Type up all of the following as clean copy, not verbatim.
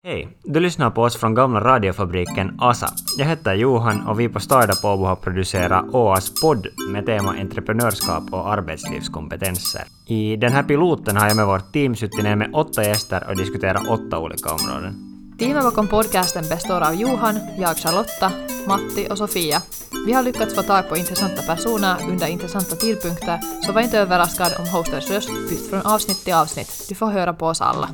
Hej, du lyssnar på oss från gamla radiofabriken ASA. Jag heter Johan och vi på Starda Åbo har producerat OAs podd med tema entreprenörskap och arbetslivskompetenser. I den här piloten har jag med vårt team suttit ner med 8 gäster och diskuterat 8 olika områden. Teamet bakom podcasten består av Johan, jag Charlotta, Matti och Sofia. Vi har lyckats få tag på intressanta personer under intressanta tidpunkter, så var inte överraskad om hostens röst bytt från avsnitt till avsnitt. Du får höra på oss alla.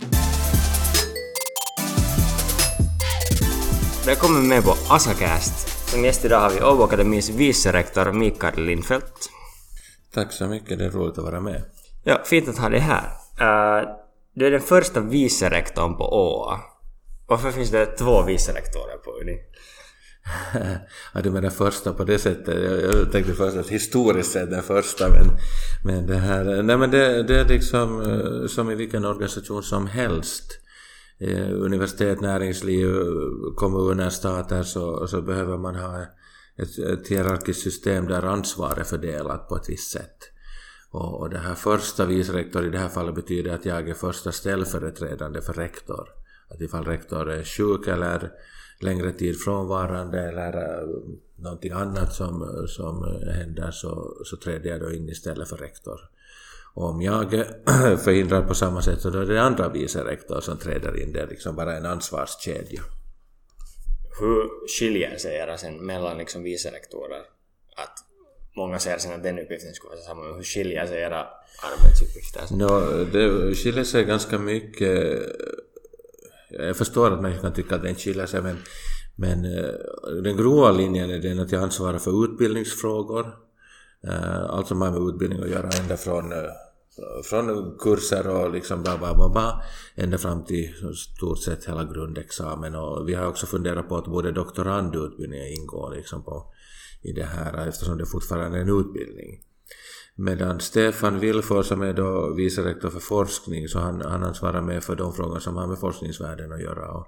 Välkommen med på ASAcast. Som gäst idag har vi Åbo Akademis vicerektor Mikael Lindfeldt. Tack så mycket, det är roligt att vara med. Ja, fint att ha dig här. Du är den första vicerektorn på ÅA. Varför finns det 2 vicerektorer på Uni? Ja, du menar första på det sättet. Jag tänkte först att historiskt sett den första, men det här... Nej, men det är liksom som i vilken organisation som helst. Universitet, näringsliv, kommuner, stater, så behöver man ha ett hierarkiskt system där ansvar är fördelat på ett visst sätt. Och det här första vicerektor i det här fallet betyder att jag är första ställföreträdande för rektor. Att ifall rektor är sjuk eller längre tid frånvarande eller någonting annat som händer så träder jag då in istället för rektor. Om jag förhindrar på samma sätt så då är det andra vicerektor som träder in. Det är liksom bara en ansvarskedja. Hur skiljer sig era sen mellan liksom vicerektorer? Att många säger sen att den uppgiften skulle vara samma. Hur skiljer sig era arbetsuppgifter? Det skiljer sig ganska mycket. Jag förstår att man kan tycka att den skiljer sig, men den grova linjen är den att jag ansvarar för utbildningsfrågor. Allt som har med utbildning att göra, ända från kurser och liksom ända fram till stort sett hela grundexamen. Och vi har också funderat på att både doktorandutbildningen ingår liksom i det här, eftersom det fortfarande är en utbildning. Medan Stefan Wilfors, som är då vicerektor för forskning, så han ansvarar med för de frågor som har med forskningsvärlden att göra.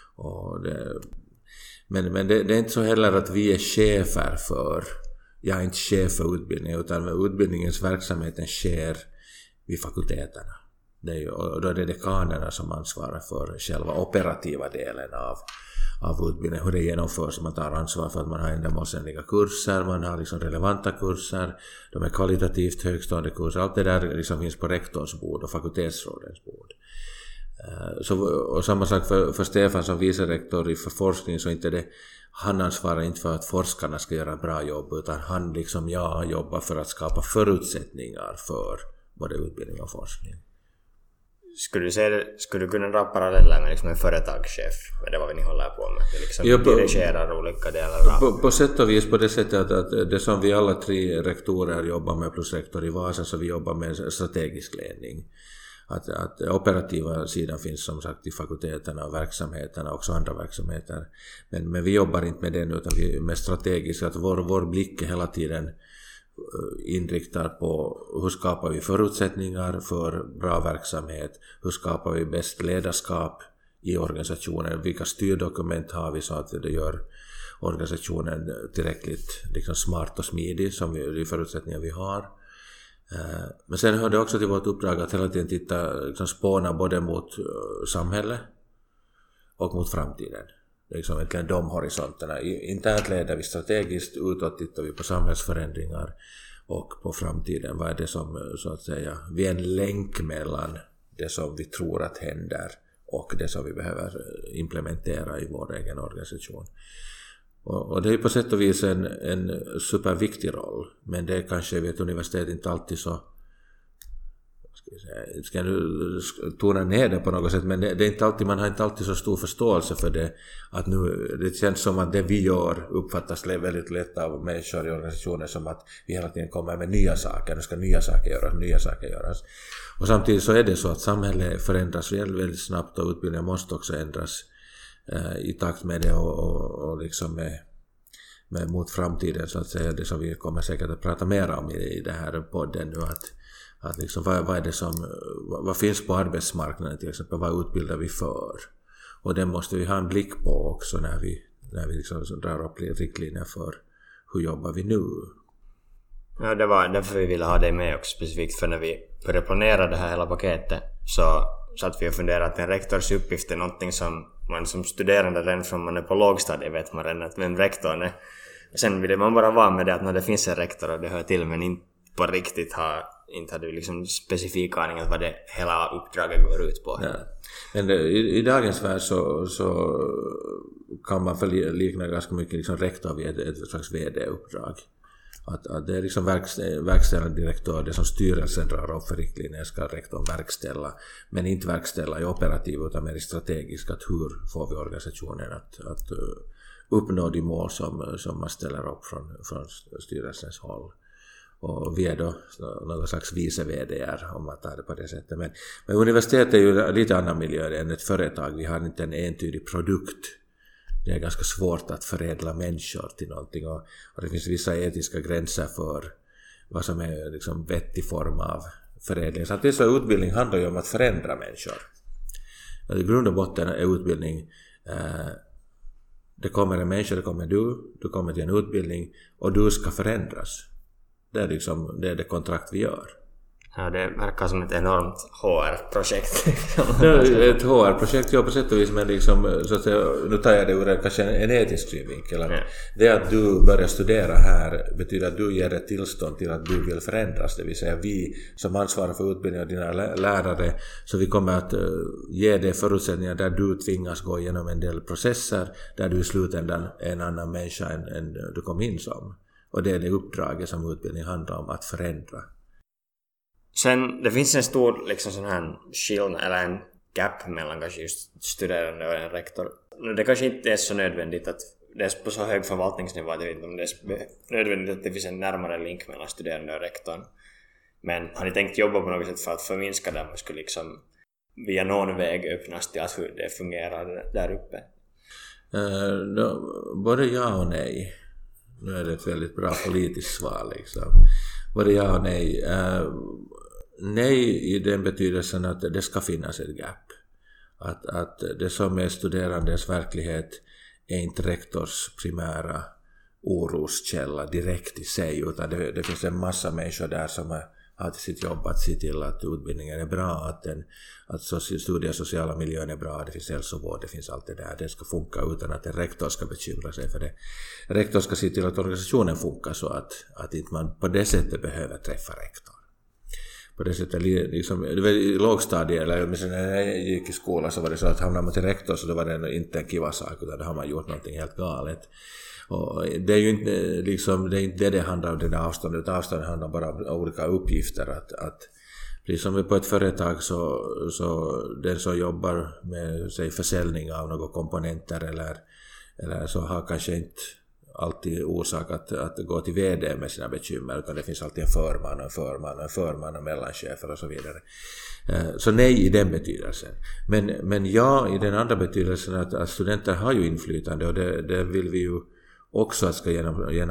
Men det är inte så heller att vi är chefer för... Jag är inte chef för utbildningen, utan utbildningens verksamheten sker vid fakulteterna. Och då är det dekanerna som ansvarar för själva operativa delen av utbildningen, hur det genomförs. Man tar ansvar för att man har ändamålsenliga kurser, man har liksom relevanta kurser, de är kvalitativt högstående kurser. Allt det där liksom finns på rektors bord och fakultetsrådens bord. Och samma sak för Stefan som vicerektor för forskning, så inte det... Han ansvarar inte för att forskarna ska göra ett bra jobb, utan han liksom jag jobbar för att skapa förutsättningar för både utbildning och forskning. Skulle du kunna dra paralleller med liksom en företagschef, med det vad ni håller på med? Det liksom dirigerar olika delar. På sätt och vis på det sättet att det som vi alla 3 rektorer jobbar med plus rektor i Vasa, så vi jobbar med strategisk ledning. Att operativa sidan finns som sagt i fakulteterna och verksamheterna, också andra verksamheter. Men vi jobbar inte med den, utan vi är med strategiskt. Att vår blick är hela tiden inriktad på hur skapar vi förutsättningar för bra verksamhet, hur skapar vi bäst ledarskap i organisationen, vilka styrdokument har vi så att det gör organisationen tillräckligt liksom smart och smidig som de förutsättningar vi har. Men sen hör det också till vårt uppdrag att hela tiden liksom spåna både mot samhället och mot framtiden. Det är liksom egentligen de horisonterna. Internt leder vi strategiskt, utåt tittar vi på samhällsförändringar och på framtiden. Vad är det som, så att säga, vi är en länk mellan det som vi tror att händer och det som vi behöver implementera i vår egen organisation. Och det är på sätt och vis en superviktig roll, men det är kanske vid ett universitet inte alltid så, ska nu tona ner det på något sätt, men det är inte alltid, man har inte alltid så stor förståelse för det, att nu det känns som att det vi gör uppfattas väldigt lätt av människor i organisationer som att vi hela tiden kommer med nya saker, nu ska nya saker göras. Och samtidigt så är det så att samhället förändras väldigt snabbt och utbildningen måste också ändras i takt med det och liksom med mot framtiden, så att säga, det som vi kommer säkert att prata mer om i det här podden nu, att liksom vad är det som, vad finns på arbetsmarknaden till exempel, vad utbildar vi för, och det måste vi ha en blick på också när vi liksom drar upp riktlinjer för hur jobbar vi nu. Ja, det var därför vi ville ha dig med också specifikt, för när vi började planera det här hela paketet så så att vi har funderat att en rektors uppgift är någonting som man som studerande redan från man är på lågstadiet vet man redan att vem rektorn är. Sen vill man bara vara med det att när det finns en rektor och det hör till, men inte på riktigt inte hade vi liksom specifik aning vad det hela uppdraget går ut på. Ja. Men i dagens värld så kan man likna ganska mycket liksom rektor vid ett slags vd-uppdrag. Att det är liksom verkställande direktör, det som styrelsen drar upp för riktlinjer ska rektorn verkställa, men inte verkställa i operativ utan mer strategiskt, att hur får vi organisationen att uppnå de mål som man ställer upp från styrelsens håll. Och vi är då någon slags vice vd om man tar det på det sättet. Men universitet är ju lite annan miljö än ett företag. Vi har inte en entydig produkt. Det är ganska svårt att förädla människor till någonting. Och det finns vissa etiska gränser för vad som är liksom vettig form av förädling. Så att vissa utbildning handlar ju om att förändra människor. I grund och botten är utbildning... det kommer en människa, det kommer du kommer till en utbildning och du ska förändras. Det är liksom det kontrakt vi gör. Ja, det verkar som ett enormt HR-projekt. Ett HR-projekt, ja, på sätt och vis, men liksom, så att nu tar jag det ur kanske en etisk synvinkel. Ja. Det att du börjar studera här betyder att du ger ett tillstånd till att du vill förändras. Det vill säga vi som ansvarar för utbildning av dina lärare, så vi kommer att ge dig förutsättningar där du tvingas gå igenom en del processer, där du i slutändan är en annan människa än du kom in som. Och det är det uppdraget som utbildning handlar om, att förändra. Sen, det finns en stor liksom sån här skillnad eller en gap mellan kanske just studerande och en rektor. Det kanske inte är så nödvändigt att det är på så hög förvaltningsnivå att jag vet inte om det är nödvändigt att det finns en närmare link mellan studerande och rektorn. Men har ni tänkt jobba på något sätt för att förminska det? Man skulle liksom via någon väg öppnas till att hur det fungerar där uppe? Både ja och nej. Nu är det ett väldigt bra politiskt svar liksom. Både ja och nej. Nej i den betydelsen att det ska finnas ett gap. Att det som är studerandes verklighet är inte rektors primära oroskälla direkt i sig, utan det finns en massa människor där som har till sitt jobb att se till att utbildningen är bra, att studiesociala miljön är bra, det finns hälsovård, det finns allt det där. Det ska funka utan att en rektor ska bekymra sig för det. Rektor ska se till att organisationen funkar så att inte man på det sättet behöver träffa rektor. På det sättet, liksom, det var i lågstadiet, eller när jag gick i skolan så var det så att hamnar man till rektor så då var det inte en kiva sak, utan då har man gjort någonting helt galet. Och det är ju inte liksom, det är inte det handlar om, det där avståndet. Avståndet handlar bara om olika uppgifter. Att precis som på ett företag så den som jobbar med sig försäljning av några komponenter eller så har kanske inte alltid orsak att gå till vd med sina bekymmer, utan det finns alltid en förman och mellanchefer och så vidare. Så nej i den betydelsen. Men ja i den andra betydelsen att studenter har ju inflytande, och det vill vi ju också att ska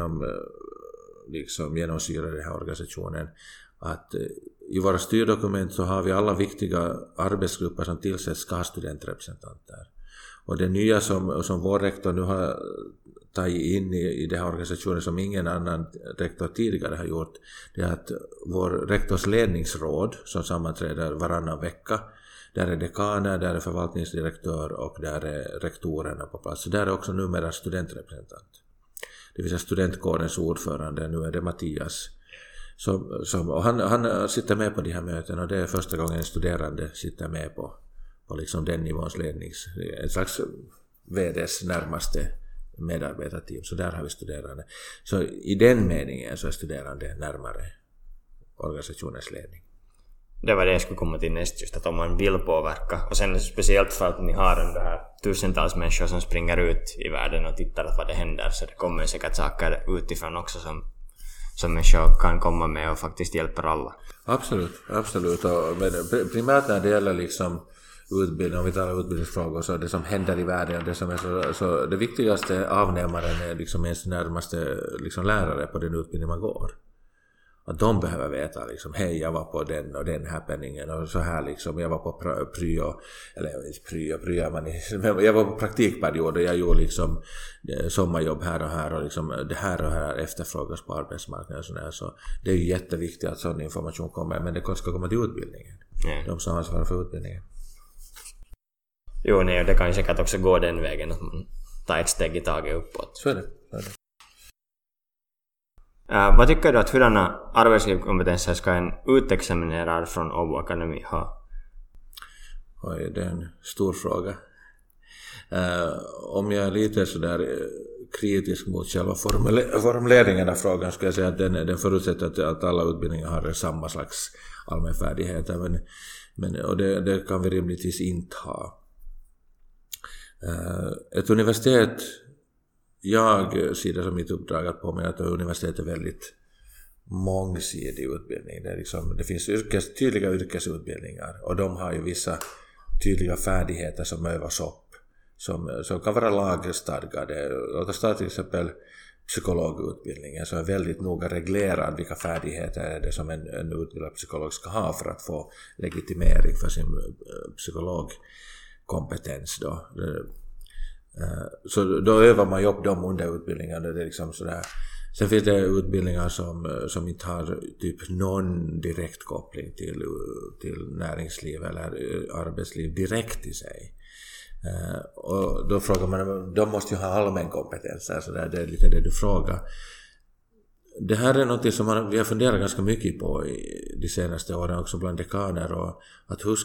genomsyra den här organisationen. Att i våra styrdokument så har vi alla viktiga arbetsgrupper som tillsätts ska ha studentrepresentanter. Och det nya som vår rektor nu har tagit in i den här organisationen som ingen annan rektor tidigare har gjort, det är att vår rektors ledningsråd som sammanträder varannan vecka, där är dekaner, där är förvaltningsdirektör och där är rektorerna på plats. Så där är också numera studentrepresentant. Det vill säga studentkårens ordförande, nu är det Mattias. Och han sitter med på de här mötena, och det är första gången en studerande sitter med på liksom den nivåns lednings. En slags VDs närmaste medarbetarteam, så där har vi studerande. Så i den meningen så är studerande närmare organisationens ledning. Det var det jag skulle komma till näst, just att om man vill påverka, och sen speciellt för att ni har den här tusentals människor som springer ut i världen och tittar på vad det händer, så det kommer säkert saker utifrån också som människor kan komma med och faktiskt hjälper alla. Absolut. Men primärt när det gäller liksom utbildning, om vi talar utbildningsfrågor, så det som händer i världen, det som är så det viktigaste avnämaren är liksom ens närmaste liksom lärare på den utbildning man går. Att de behöver veta liksom, hej, jag var på den och den happeningen och så här liksom, jag var på pryo, jag var på praktikperiod och jag gjorde liksom sommarjobb här och liksom det här efterfrågas på arbetsmarknaden och sådär. Så det är ju jätteviktigt att sån information kommer, men det ska komma till utbildningen. De som ansvarar för utbildningen. Jo, nej, det kan ju säkert också gå den vägen att man tar ett steg i taget uppåt. Så är det. Vad tycker du att hurdana arbetslivskompetenser ska en utexaminerad från Åbo Akademi ha? Oj, det är en stor fråga. Om jag är lite sådär kritisk mot själva formuleringen av frågan skulle jag säga att den förutsätter att alla utbildningar har samma slags allmänfärdigheter, och det kan vi rimligtvis inte ha. Ett universitet, jag ser det som mitt uppdrag att påminna att universitet är väldigt mångsidig utbildning. Det finns tydliga yrkesutbildningar, och de har ju vissa tydliga färdigheter som övas upp som kan vara lagstadgade. Låt oss ta till exempel psykologutbildningen, som är väldigt noga reglerad vilka färdigheter är det som en utbildad psykolog ska ha för att få legitimering för sin psykologkompetens då. Så då övar man ju upp dem under utbildningen. Det är liksom sådär. Sen finns det utbildningar som inte har typ någon direkt koppling till näringsliv eller arbetsliv direkt i sig. Och då frågar man, de måste ju ha allmän kompetens, så det är lite det du frågar. Det här är något som vi har funderat ganska mycket på de senaste åren också bland dekaner, och att hur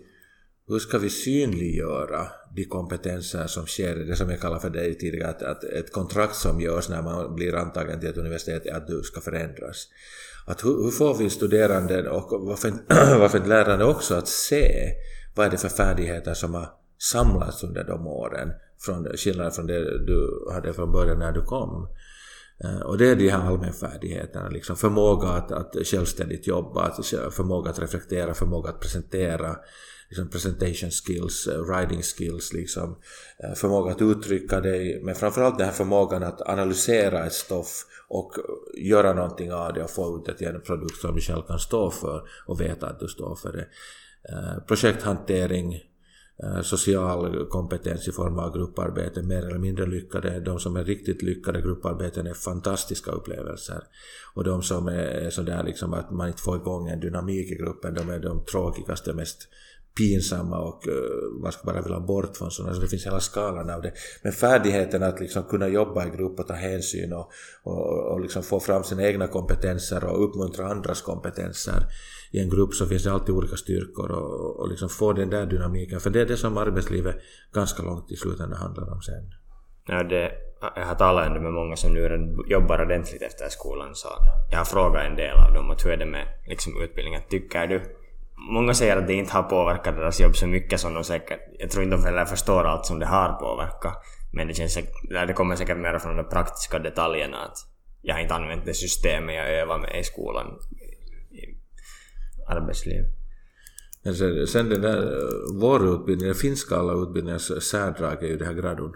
ska vi synliggöra de kompetenser som sker, det som jag kallar för det tidigare, att ett kontrakt som görs när man blir antagen till ett universitet är att du ska förändras. Att hur får vi studerande och varför lärande också att se vad är det för färdigheter som har samlats under de åren, skillnaden från det du hade från början när du kom. Och det är de här allmänfärdigheterna, liksom förmåga att självständigt jobba, förmåga att reflektera, förmåga att presentera, liksom presentation skills, writing skills, liksom förmåga att uttrycka dig, men framförallt den här förmågan att analysera ett stoff och göra någonting av det och få ut det till en produkt som du själv kan stå för och veta att du står för det. Projekthantering, social kompetens i form av grupparbete, mer eller mindre lyckade. De som är riktigt lyckade grupparbeten är fantastiska upplevelser, och de som är sådär liksom att man inte får igång en dynamik i gruppen, de är de tråkigaste, mest pinsamma, och man ska bara vilja bort från sådana. Så det finns hela skalan av det. Men färdigheten att liksom kunna jobba i grupp och ta hänsyn och liksom få fram sina egna kompetenser och uppmuntra andras kompetenser i en grupp, så finns det alltid olika styrkor, och liksom få den där dynamiken, för det är det som arbetslivet ganska långt i slutändan handlar om sen. Ja, jag har talat ändå med många som nu jobbar ordentligt efter skolan, så jag har frågat en del av dem att hur är det med liksom utbildningen, tycker du? Många säger att det inte har påverkat deras jobb så mycket som de säkert, jag tror inte de heller förstår allt som det har påverkat, men det kommer säkert mer från de praktiska detaljerna, att jag har inte använt det systemet jag övar med i skolan i arbetsliv. Men sen den där vår utbildning, den finska alla utbildningens särdrag är ju det här gradun.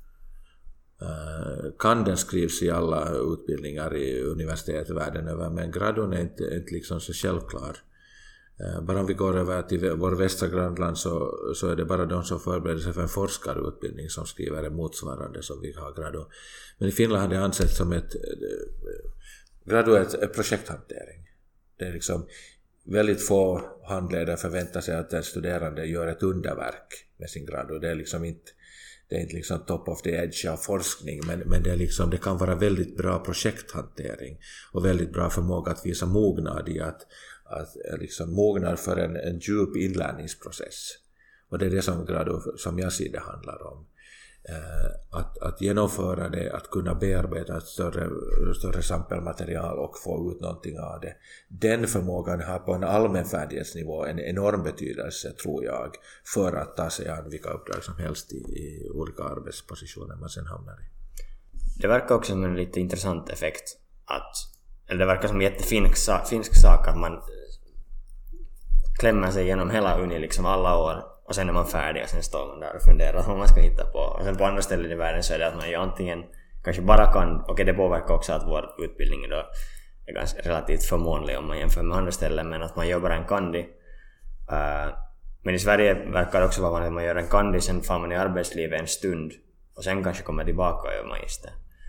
Den skrivs i alla utbildningar i universitet världen över, men gradun är inte liksom så självklar. Bara om vi går över till vår västra grannland så är det bara de som förbereder sig för en forskarutbildning som skriver en motsvarande som vi har gradu. Men i Finland har det ansetts som ett gradu är projekthantering. Det är liksom väldigt få handledare förväntar sig att en studerande gör ett underverk med sin gradu. Det är liksom inte liksom top of the edge av forskning, men det är liksom, det kan vara väldigt bra projekthantering och väldigt bra förmåga att visa mognad i att liksom mognar för en djup inlärningsprocess. Och det är det som gradu, som jag ser det handlar om. Att genomföra det, att kunna bearbeta ett större sampelmaterial och få ut någonting av det. Den förmågan har på en allmän färdighetsnivå en enorm betydelse, tror jag, för att ta sig an vilka uppdrag som helst i olika arbetspositioner man sen hamnar i. Det verkar också som en lite intressant effekt eller det verkar som en jättefinsk sak att man klämmer sig genom hela uni liksom alla år, och sen är man färdig och sen står man där och funderar vad man ska hitta på. Och sen på andra ställen i världen så är det att man ju antingen kanske bara kan, okej, det påverkar också att vår utbildning då är ganska relativt förmånlig om man jämför med andra ställen, men att man gör bara en kandi. Men i Sverige verkar det också vara att man gör en kandi, sen får man i arbetslivet en stund och sen kanske kommer tillbaka och gör magister.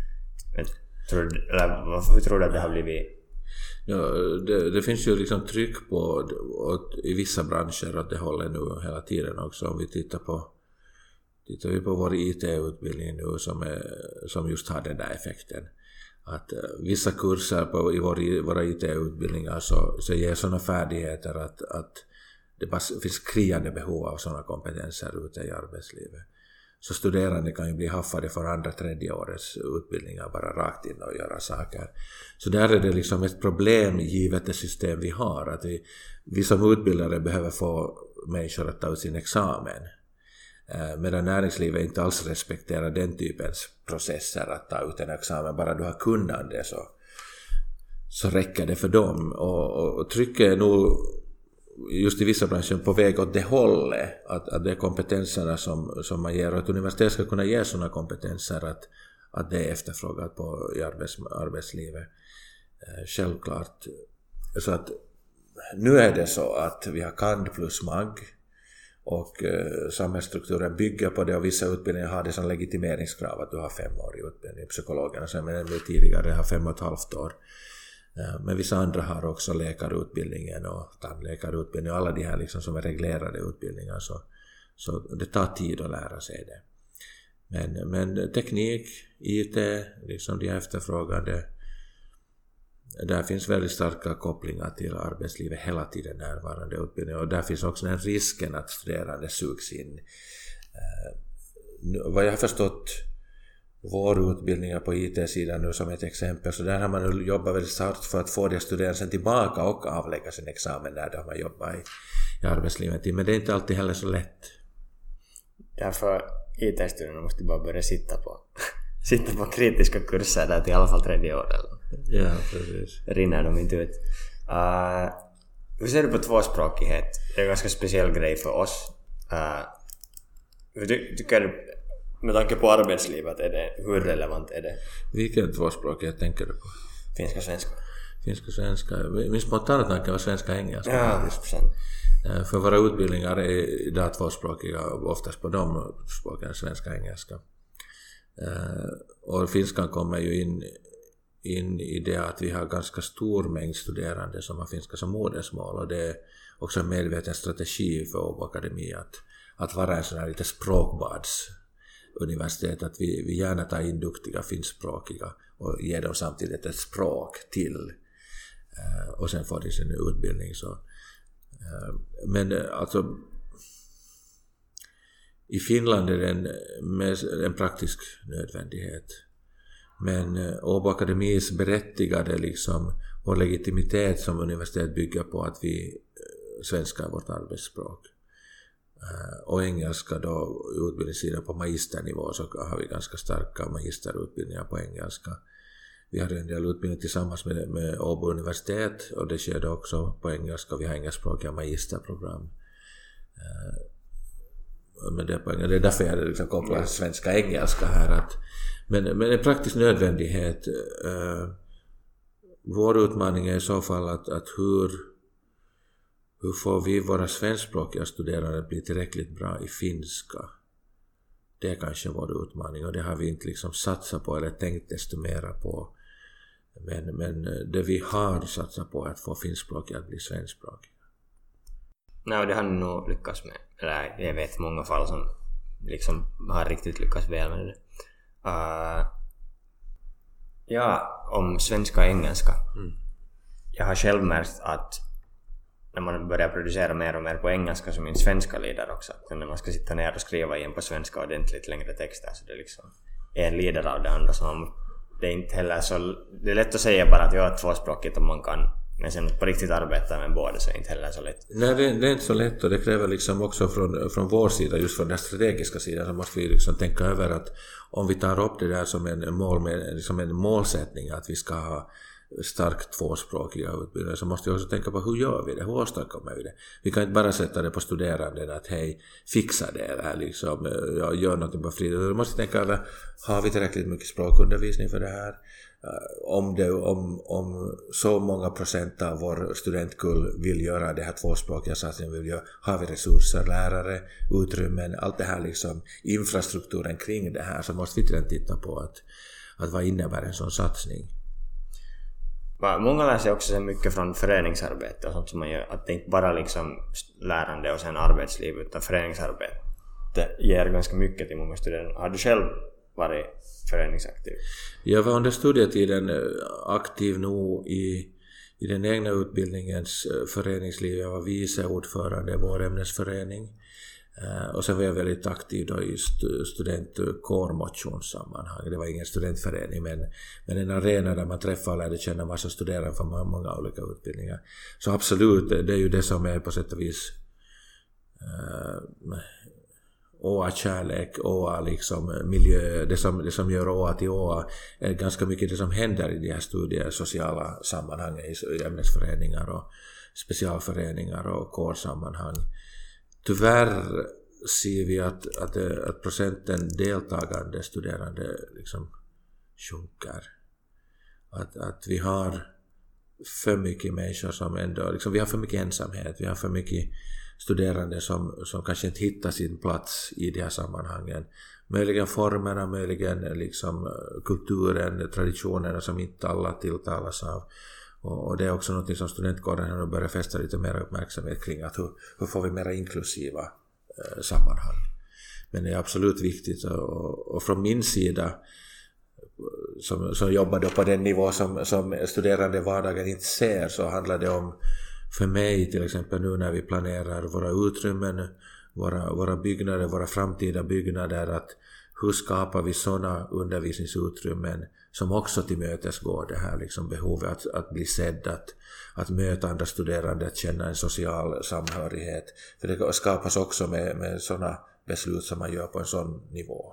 Hur tror du att det har blivit? Ja, det finns ju liksom tryck på i vissa branscher att det håller nu hela tiden också. Om vi tittar på Tittar vi på vår IT-utbildning nu som just har den där effekten. Att vissa kurser i våra IT-utbildningar så ger sådana färdigheter att det bara finns skriande behov av sådana kompetenser ute i arbetslivet. Så studerande kan ju bli haffade för andra, tredje årets utbildningar bara rakt in och göra saker. Så där är det liksom ett problem givet det system vi har. Att vi som utbildare behöver få människor att ta ut sin examen. Medan näringslivet inte alls respekterar den typens processer att ta ut en examen. Bara du har kunnande så räcker det för dem. Och trycket är nog just i vissa branscher på väg åt det hållet. Att det är kompetenserna som man ger. Och att universitet ska kunna ge sådana kompetenser att det är efterfrågat i arbetslivet. Självklart. Så att nu är det så att vi har KAND plus MAG. Och samhällsstrukturen bygger på det, och vissa utbildningar har det som legitimeringskrav att du har 5 år i utbildning. Psykologerna som är ännu tidigare har 5,5 år. Men vissa andra har också läkarutbildningen och tandläkarutbildningen och alla de här liksom som är reglerade utbildningar, så det tar tid att lära sig det. Men teknik, IT, liksom de efterfrågade, där finns väldigt starka kopplingar till arbetslivet hela tiden närvarande utbildning, och där finns också den risken att studerande sugs in. Vad jag har förstått vår utbildningar på IT-sidan nu som ett exempel, så där har man jobbat väldigt hårt för att få de studerande sen tillbaka och avlägga sin examen där de har jobbat i arbetslivet. Men det är inte alltid heller så lätt. Därför IT-studerande måste bara börja sitta på kritiska kurser där till i alla fall 3 år eller. Ja, precis. Rinner de inte ut. Hur ser du på tvåspråkighet? Det är en ganska speciell grej för oss. Tycker du, med tanke på arbetslivet, hur relevant är det? Vilken tvåspråkighet tänker du på? Finska, svenska. Finska, svenska. Min spontana tanke var svenska, engelska. Ja, för våra utbildningar är idag tvåspråkiga, oftast på de språken, svenska, engelska. Och finskan kommer ju in i det att vi har ganska stor mängd studerande som har finska som modersmål, och det är också en medveten strategi för Åbo Akademi att vara en sån här lite språkbadsuniversitet, att vi gärna tar in duktiga finskspråkiga och ger dem samtidigt ett språk till, och sen får de sin utbildning. Så men alltså i Finland är det en praktisk nödvändighet. Men Åbo Akademis berättigade liksom, vår legitimitet som universitet bygger på att vi svenskar vårt arbetsspråk. Och engelska då, utbildningssidan på magisternivå, så har vi ganska starka magisterutbildningar på engelska. Vi har en del utbildning tillsammans med Åbo universitet, och det sker också på engelska. Vi har engelskspråkiga magisterprogram. Men det är därför jag liksom kopplar svenska-engelska här. Men en praktisk nödvändighet. Vår utmaning är i så fall att hur får vi våra svenskspråkiga studerande att bli tillräckligt bra i finska. Det är kanske vår utmaning, och det har vi inte liksom satsat på eller tänkt desto mera på. Men det vi har satsat på är att få finskspråkiga att bli svenskspråkiga. Nej, det har ni nog lyckats med. Eller jag vet många fall som liksom har riktigt lyckats väl med det. Ja, om svenska och engelska. Jag har själv märkt att när man börjar producera mer och mer på engelska, så min svenska lider också. Men när man ska sitta ner och skriva igen på svenska ordentligt längre texter, så det är liksom en lider av det andra. Så det är inte heller så, det är lätt att säga bara att jag är tvåspråkigt om man kan, men sen på riktigt arbeta med båda så är det inte heller så lätt. Nej, det är inte så lätt, och det kräver liksom också från vår sida, just från den strategiska sidan, så måste vi liksom tänka över att om vi tar upp det där som en målsättning att vi ska ha starkt tvåspråkiga utbildningar, så måste vi också tänka på hur gör vi det, hur åstadkommer vi det. Vi kan inte bara sätta det på studeranden att hej, fixa det här liksom, gör något på fritid. Vi måste tänka över, har vi tillräckligt mycket språkundervisning för det här? Om så många procent av vår studentkull vill göra det här tvåspråkiga satsningen, har vi resurser, lärare, utrymmen, allt det här liksom, infrastrukturen kring det här, så måste vi titta på att vad innebär en sån satsning. Många lär sig också så mycket från föreningsarbete och sånt som man gör, att det inte bara liksom lärande och sen arbetsliv, utan föreningsarbete det ger ganska mycket till många studerande. Har du själv varit föreningsaktiv? Jag var under studietiden aktiv nog i den egna utbildningens föreningsliv. Jag var vice ordförande i vår ämnesförening. Och sen var jag väldigt aktiv då i studentkårmotionssammanhang. Det var ingen studentförening men en arena där man träffar och lärde känna massa studerande från många olika utbildningar. Så absolut, det är ju det som är på sätt och vis OA-kärlek, OA liksom miljö, det som gör OA till OA är ganska mycket det som händer i de här studiesociala sammanhangen i ämnesföreningar och specialföreningar och kårsammanhang. Tyvärr ser vi att procenten deltagande studerande liksom sjunker. Att vi har för mycket människor som ändå, liksom, vi har för mycket ensamhet, vi har för mycket studerande som kanske inte hittar sin plats i de här sammanhangen. Möjligen formerna, möjligen liksom kulturen, traditionerna som inte alla tilltalas av. Och det är också något som studentkåren har börjat fästa lite mer uppmärksamhet kring, att hur får vi mera inklusiva sammanhang. Men det är absolut viktigt, och från min sida som jobbar då på den nivå som studerande vardagen inte ser, så handlar det om, för mig till exempel nu när vi planerar våra utrymmen, våra byggnader, våra framtida byggnader, att hur skapar vi sådana undervisningsutrymmen som också tillmötesgår det här liksom behovet att bli sedd, att möta andra studerande, att känna en social samhörighet. För det skapas också med sådana beslut som man gör på en sån nivå.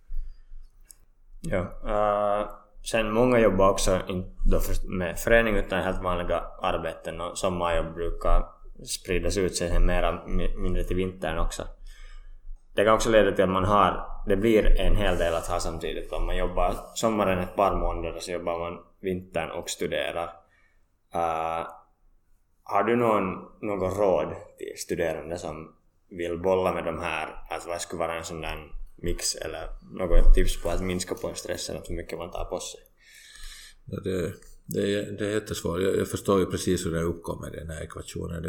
Ja, sen många jobbar också inte med förening utan helt vanliga arbeten, och sommarjobb brukar spridas ut sig mindre till vintern också. Det kan också leda till att det blir en hel del att ha samtidigt. Om man jobbar sommaren ett par månader och så jobbar man vintern och studerar. Har du någon råd till studerande som vill bolla med de här? Alltså vad skulle vara en sån där mix, eller något tips på att minska på stressen och hur mycket man tar på sig? Ja, det är jättesvårt. Jag förstår ju precis hur det uppkommer, den här ekvationen.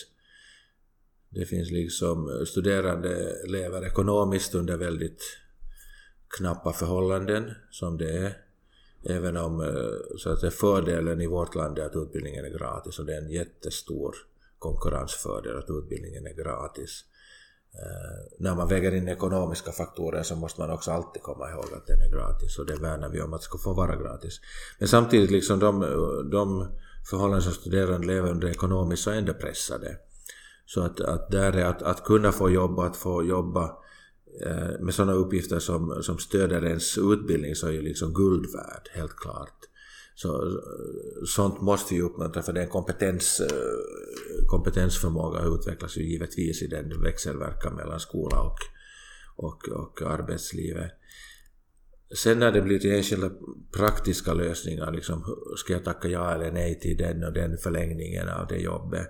Det finns liksom studerande lever ekonomiskt under väldigt knappa förhållanden som det är. Även om så att det fördelen i vårt land är att utbildningen är gratis, och det är en jättestor konkurrensfördel att utbildningen är gratis. När man väger in ekonomiska faktorer så måste man också alltid komma ihåg att den är gratis, och det värnar vi om att det ska få vara gratis. Men samtidigt liksom de förhållanden som studerande lever under ekonomiskt så är ändå pressade. Så att där är att kunna få jobba med sådana uppgifter som stöder ens utbildning, så är ju liksom guld värd, helt klart. Så sånt måste ju uppmuntra, för det är en kompetensförmåga utvecklas ju givetvis i den växelverkan mellan skola och arbetslivet. Sen när det blir till enskilda praktiska lösningar, liksom, ska jag tacka ja eller nej till den och den förlängningen av det jobbet,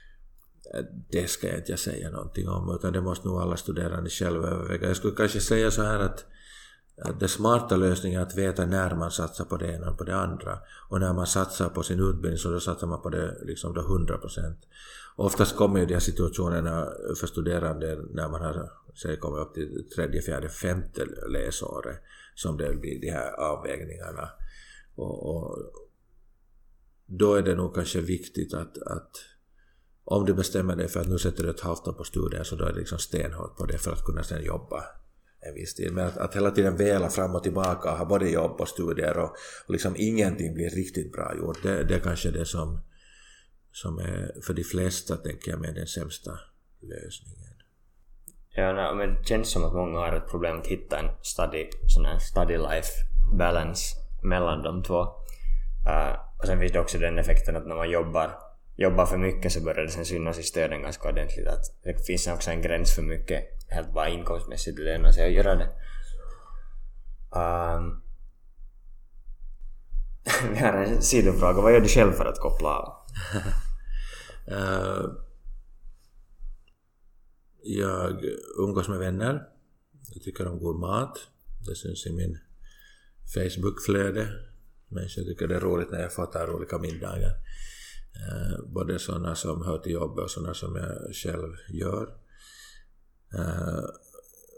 det ska jag inte säga någonting om, utan det måste nog alla studerande själva överväga. Jag skulle kanske säga så här att det smarta lösningen är att veta när man satsar på det ena och på det andra, och när man satsar på sin utbildning så då satsar man på det liksom då 100%. Oftast kommer ju de här situationerna för studerande när man har kommit upp till 3., 4., 5. läsåret som det blir de här avvägningarna, och då är det nog kanske viktigt att om du bestämmer dig för att nu sätter du ett halvt år på studier, så då är det liksom stenhårt på det för att kunna sedan jobba en viss tid. Men att hela tiden väla fram och tillbaka och ha både jobb och studier och liksom ingenting blir riktigt bra gjort, det är kanske det som är för de flesta, tänker jag, med den sämsta lösningen. Ja, men det känns som att många har ett problem att hitta en study life balance mellan de två. Och sen finns det också den effekten att när man jobbar för mycket så börjar det sen synas i stöden ganska ordentligt, att det finns också en gräns för mycket helt bara inkomstmässigt det lönar sig att göra det. Vi har en sidofråga. Vad gör du själv för att koppla av? Jag umgås med vänner. Jag tycker om god mat. Det syns i min Facebook-flöde. Men jag tycker det är roligt när jag får ta olika middagar. Både sådana som hör till jobb och sådana som jag själv gör.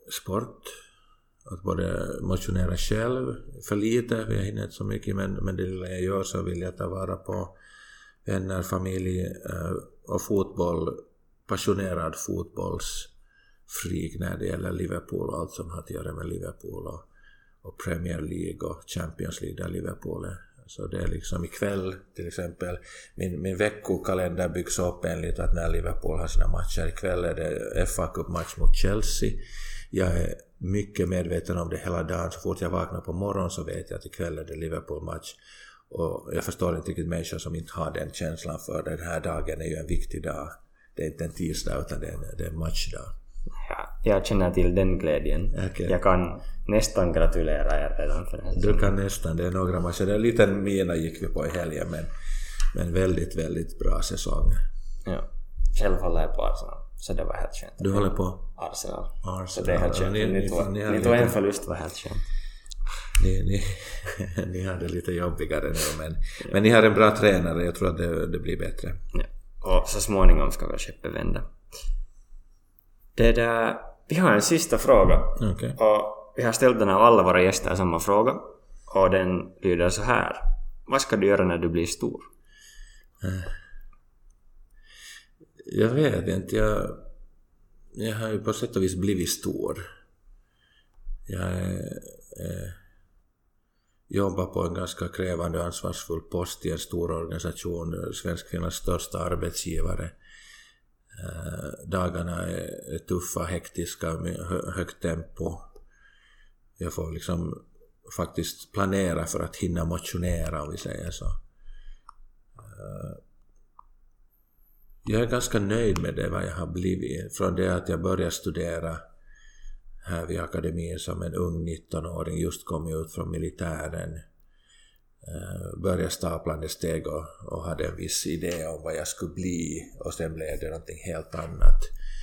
sport. Att både motionera själv för lite, jag hinner inte så mycket, men det lilla jag gör så vill jag ta vara på vänner, familj och fotboll, passionerad fotbollsfreak när det gäller Liverpool och allt som har att göra med Liverpool och Premier League och Champions League där Liverpool är. Så det är liksom ikväll till exempel, min veckokalender byggs upp enligt att när Liverpool har sina matcher. Ikväll är det FA Cup-match mot Chelsea. Jag är mycket medveten om det hela dagen. Så fort jag vaknar på morgon så vet jag att ikväll är det Liverpool-match. Och jag förstår inte riktigt människor som inte har den känslan för den här dagen är ju en viktig dag. Det är inte en tisdag utan det är en matchdag. Ja, jag känner till den glädjen. Okay. Jag kan nästan gratulera er redan för den. Du kan nästan, det är några matcher. Det är en liten mina gick vi på i helgen men väldigt, väldigt bra säsong. Ja, själv håller jag på Arsenal. Så det var helt skönt. Du håller på? Arsenal. Så det är helt skönt. Ni tog en förlust var helt skönt. Ni har det lite jobbigare nu men ni har en bra tränare. Jag tror att det blir bättre. Ja. Och så småningom ska väl skeppet vända. Vi har en sista fråga. Okay. Och vi har ställt den av alla våra gäster samma fråga. Och den lyder så här. Vad ska du göra när du blir stor? Jag vet inte. Jag har ju på sätt och vis blivit stor. Jag jobbar på en ganska krävande och ansvarsfull post i en stor organisation. Svenskfinlands största arbetsgivare. Dagarna är tuffa, hektiska med högt tempo. Jag får liksom faktiskt planera för att hinna motionera om vi säger så. Jag är ganska nöjd med det vad jag har blivit. Från det att jag började studera här vid akademin som en ung 19-åring, just kom ut från militären. Började staplande steg och hade en viss idé om vad jag skulle bli och sen blev det någonting helt annat.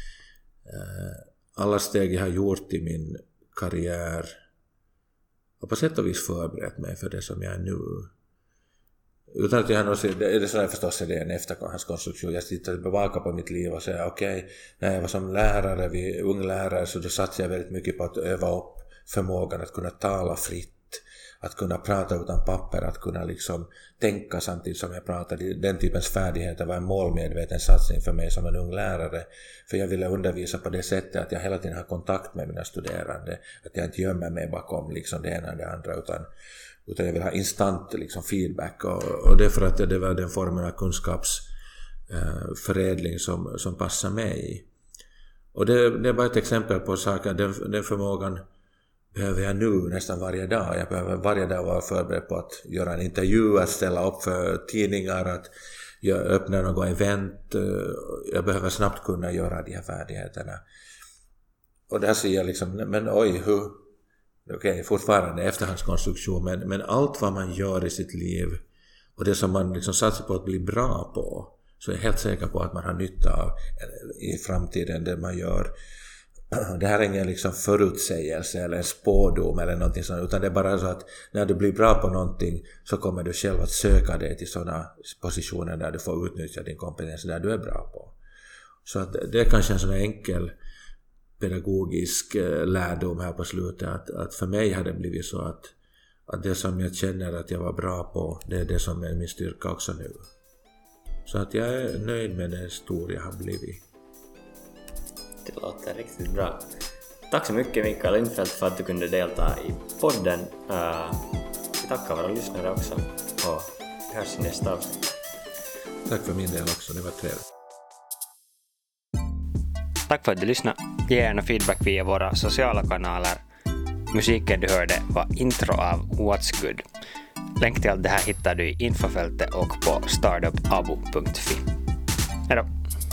Alla steg jag har gjort i min karriär har på sätt och vis förberett mig för det som jag är nu. Utan att jag har något, det är så förstås är det en efterhandskonstruktion. Jag sitter tillbaka på mitt liv och säger okej, när jag var som lärare, ung lärare, så då satsade jag väldigt mycket på att öva upp förmågan att kunna tala fritt. Att kunna prata utan papper, att kunna liksom tänka samtidigt som jag pratade. Den typens färdigheter var en målmedveten satsning för mig som en ung lärare. För jag ville undervisa på det sättet att jag hela tiden har kontakt med mina studerande. Att jag inte gömmer mig bakom liksom det ena och det andra utan jag vill ha instant liksom feedback. Och det är för att det var den formen av kunskapsförädling som passar mig. Och det är bara ett exempel på saker. Den förmågan behöver jag nu nästan varje dag. Jag behöver varje dag vara förberedd på att göra en intervju, att ställa upp för tidningar, att öppna något event. Jag behöver snabbt kunna göra de här färdigheterna. Och där ser jag liksom, men oj, okej, fortfarande efterhandskonstruktion, men allt vad man gör i sitt liv och det som man liksom satsar på att bli bra på, så är jag helt säker på att man har nytta av i framtiden det man gör. Det här är ingen liksom förutsägelse eller en spådom eller någonting sånt, utan det är bara så att när du blir bra på någonting så kommer du själv att söka dig till sådana positioner där du får utnyttja din kompetens där du är bra på. Så att det är kanske en sån enkel pedagogisk lärdom här på slutet att för mig har det blivit så att det som jag känner att jag var bra på, det är det som är min styrka också nu. Så att jag är nöjd med den stor jag har blivit. Det låter riktigt bra. Tack så mycket Mikael Lindfeldt för att du kunde delta i podden. Vi tackar våra lyssnare också och vi hörs i nästa avsnitt. Tack för min del också, det var trevligt. Tack för att du lyssnade. Ge gärna feedback via våra sociala kanaler. Musiken du hörde var intro av What's Good. Länk till allt det här hittar du i infofältet och på startupabo.fi. Hej då!